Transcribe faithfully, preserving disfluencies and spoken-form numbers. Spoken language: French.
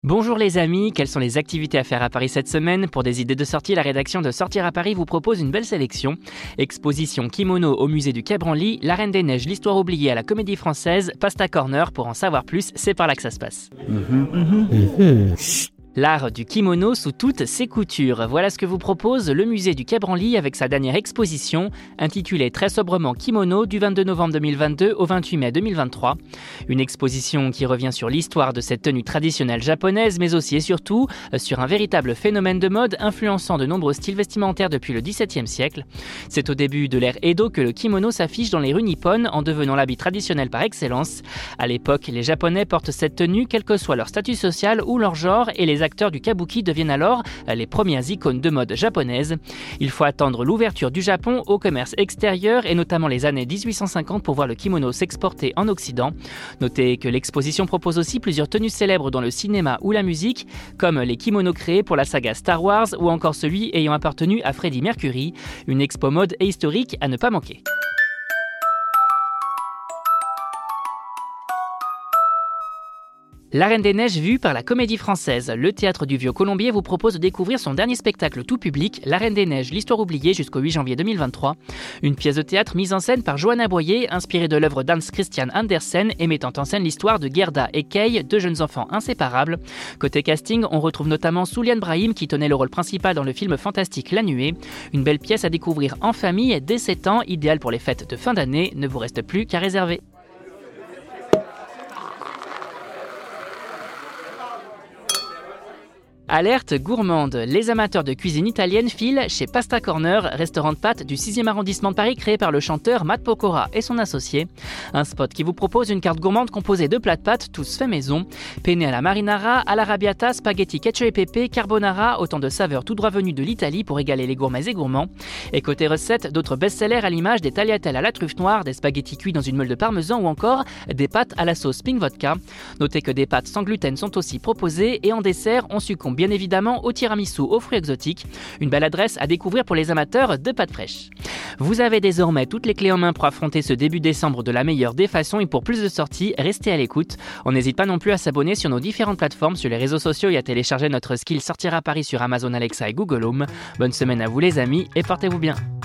Bonjour les amis, quelles sont les activités à faire à Paris cette semaine? Pour des idées de sortie, la rédaction de Sortir à Paris vous propose une belle sélection. Exposition kimono au musée du Quai Branly, La Reine des Neiges, l'histoire oubliée à la Comédie Française, Pasta Corner, pour en savoir plus, c'est par là que ça se passe. Mmh. Mmh. L'art du kimono sous toutes ses coutures. Voilà ce que vous propose le musée du Quai Branly avec sa dernière exposition, intitulée très sobrement Kimono, du vingt-deux novembre deux mille vingt-deux au vingt-huit mai deux mille vingt-trois. Une exposition qui revient sur l'histoire de cette tenue traditionnelle japonaise, mais aussi et surtout sur un véritable phénomène de mode influençant de nombreux styles vestimentaires depuis le dix-septième siècle. C'est au début de l'ère Edo que le kimono s'affiche dans les rues nippones en devenant l'habit traditionnel par excellence. À l'époque, les Japonais portent cette tenue quel que soit leur statut social ou leur genre, et les acteurs du kabuki deviennent alors les premières icônes de mode japonaises. Il faut attendre l'ouverture du Japon au commerce extérieur et notamment les années dix-huit cent cinquante pour voir le kimono s'exporter en Occident. Notez que l'exposition propose aussi plusieurs tenues célèbres dans le cinéma ou la musique, comme les kimonos créés pour la saga Star Wars ou encore celui ayant appartenu à Freddie Mercury. Une expo mode et historique à ne pas manquer. La Reine des Neiges vue par la Comédie Française. Le Théâtre du Vieux-Colombier vous propose de découvrir son dernier spectacle tout public, La Reine des Neiges, l'histoire oubliée, jusqu'au huit janvier deux mille vingt-trois. Une pièce de théâtre mise en scène par Johanna Boyer, inspirée de l'œuvre d'Hans Christian Andersen et mettant en scène l'histoire de Gerda et Kay, deux jeunes enfants inséparables. Côté casting, on retrouve notamment Souleymane Brahim qui tenait le rôle principal dans le film fantastique La Nuée. Une belle pièce à découvrir en famille dès sept ans, idéale pour les fêtes de fin d'année. Ne vous reste plus qu'à réserver. Alerte gourmande. Les amateurs de cuisine italienne filent chez Pasta Corner, restaurant de pâtes du sixième arrondissement de Paris créé par le chanteur Matt Pokora et son associé. Un spot qui vous propose une carte gourmande composée de plats de pâtes, tous faits maison. Penne à la marinara, à l'arrabbiata, spaghetti ketchup et pépé, carbonara, autant de saveurs tout droit venues de l'Italie pour égaler les gourmets et gourmands. Et côté recettes, d'autres best-sellers à l'image des tagliatelles à la truffe noire, des spaghettis cuits dans une meule de parmesan ou encore des pâtes à la sauce pink vodka. Notez que des pâtes sans gluten sont aussi proposées et en dessert, on succombe bien évidemment au tiramisu aux fruits exotiques, une belle adresse à découvrir pour les amateurs de pâtes fraîches. Vous avez désormais toutes les clés en main pour affronter ce début décembre de la meilleure des façons, et pour plus de sorties, restez à l'écoute. On n'hésite pas non plus à s'abonner sur nos différentes plateformes, sur les réseaux sociaux et à télécharger notre skill Sortir à Paris sur Amazon Alexa et Google Home. Bonne semaine à vous les amis et portez-vous bien.